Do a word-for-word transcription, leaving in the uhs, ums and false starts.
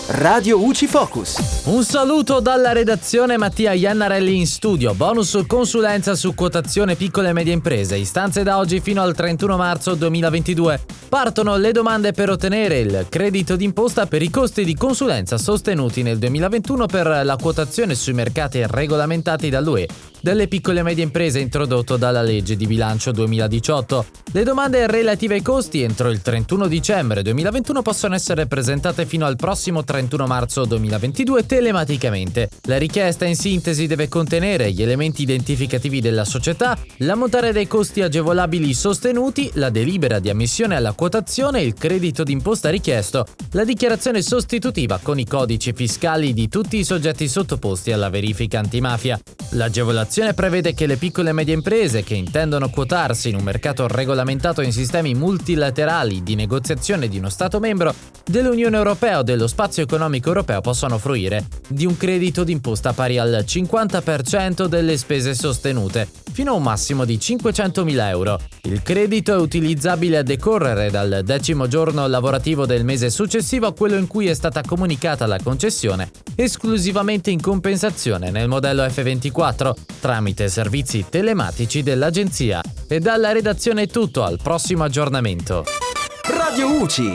Radio U C I Focus. Un saluto dalla redazione, Mattia Iannarelli in studio. Bonus consulenza su quotazione piccole e medie imprese. Istanze da oggi fino al trentuno marzo duemilaventidue. Partono le domande per ottenere il credito d'imposta per i costi di consulenza sostenuti nel duemilaventuno per la quotazione sui mercati regolamentati dall'U E delle piccole e medie imprese introdotto dalla legge di bilancio duemiladiciotto. Le domande relative ai costi entro il trentuno dicembre duemilaventuno possono essere presentate fino al prossimo trentuno marzo duemilaventidue telematicamente. La richiesta in sintesi deve contenere gli elementi identificativi della società, l'ammontare dei costi agevolabili sostenuti, la delibera di ammissione alla quotazione, il credito d'imposta richiesto, la dichiarazione sostitutiva con i codici fiscali di tutti i soggetti sottoposti alla verifica antimafia. L'agevolazione prevede che le piccole e medie imprese che intendono quotarsi in un mercato regolamentato in sistemi multilaterali di negoziazione di uno Stato membro dell'Unione Europea o dello Spazio Economico Europeo possano fruire di un credito d'imposta pari al cinquanta per cento delle spese sostenute, fino a un massimo di cinquecentomila euro. Il credito è utilizzabile a decorrere dal decimo giorno lavorativo del mese successivo a quello in cui è stata comunicata la concessione, esclusivamente in compensazione nel modello F ventiquattro, tramite servizi telematici dell'agenzia. E dalla redazione è tutto, al prossimo aggiornamento. Radio U C I.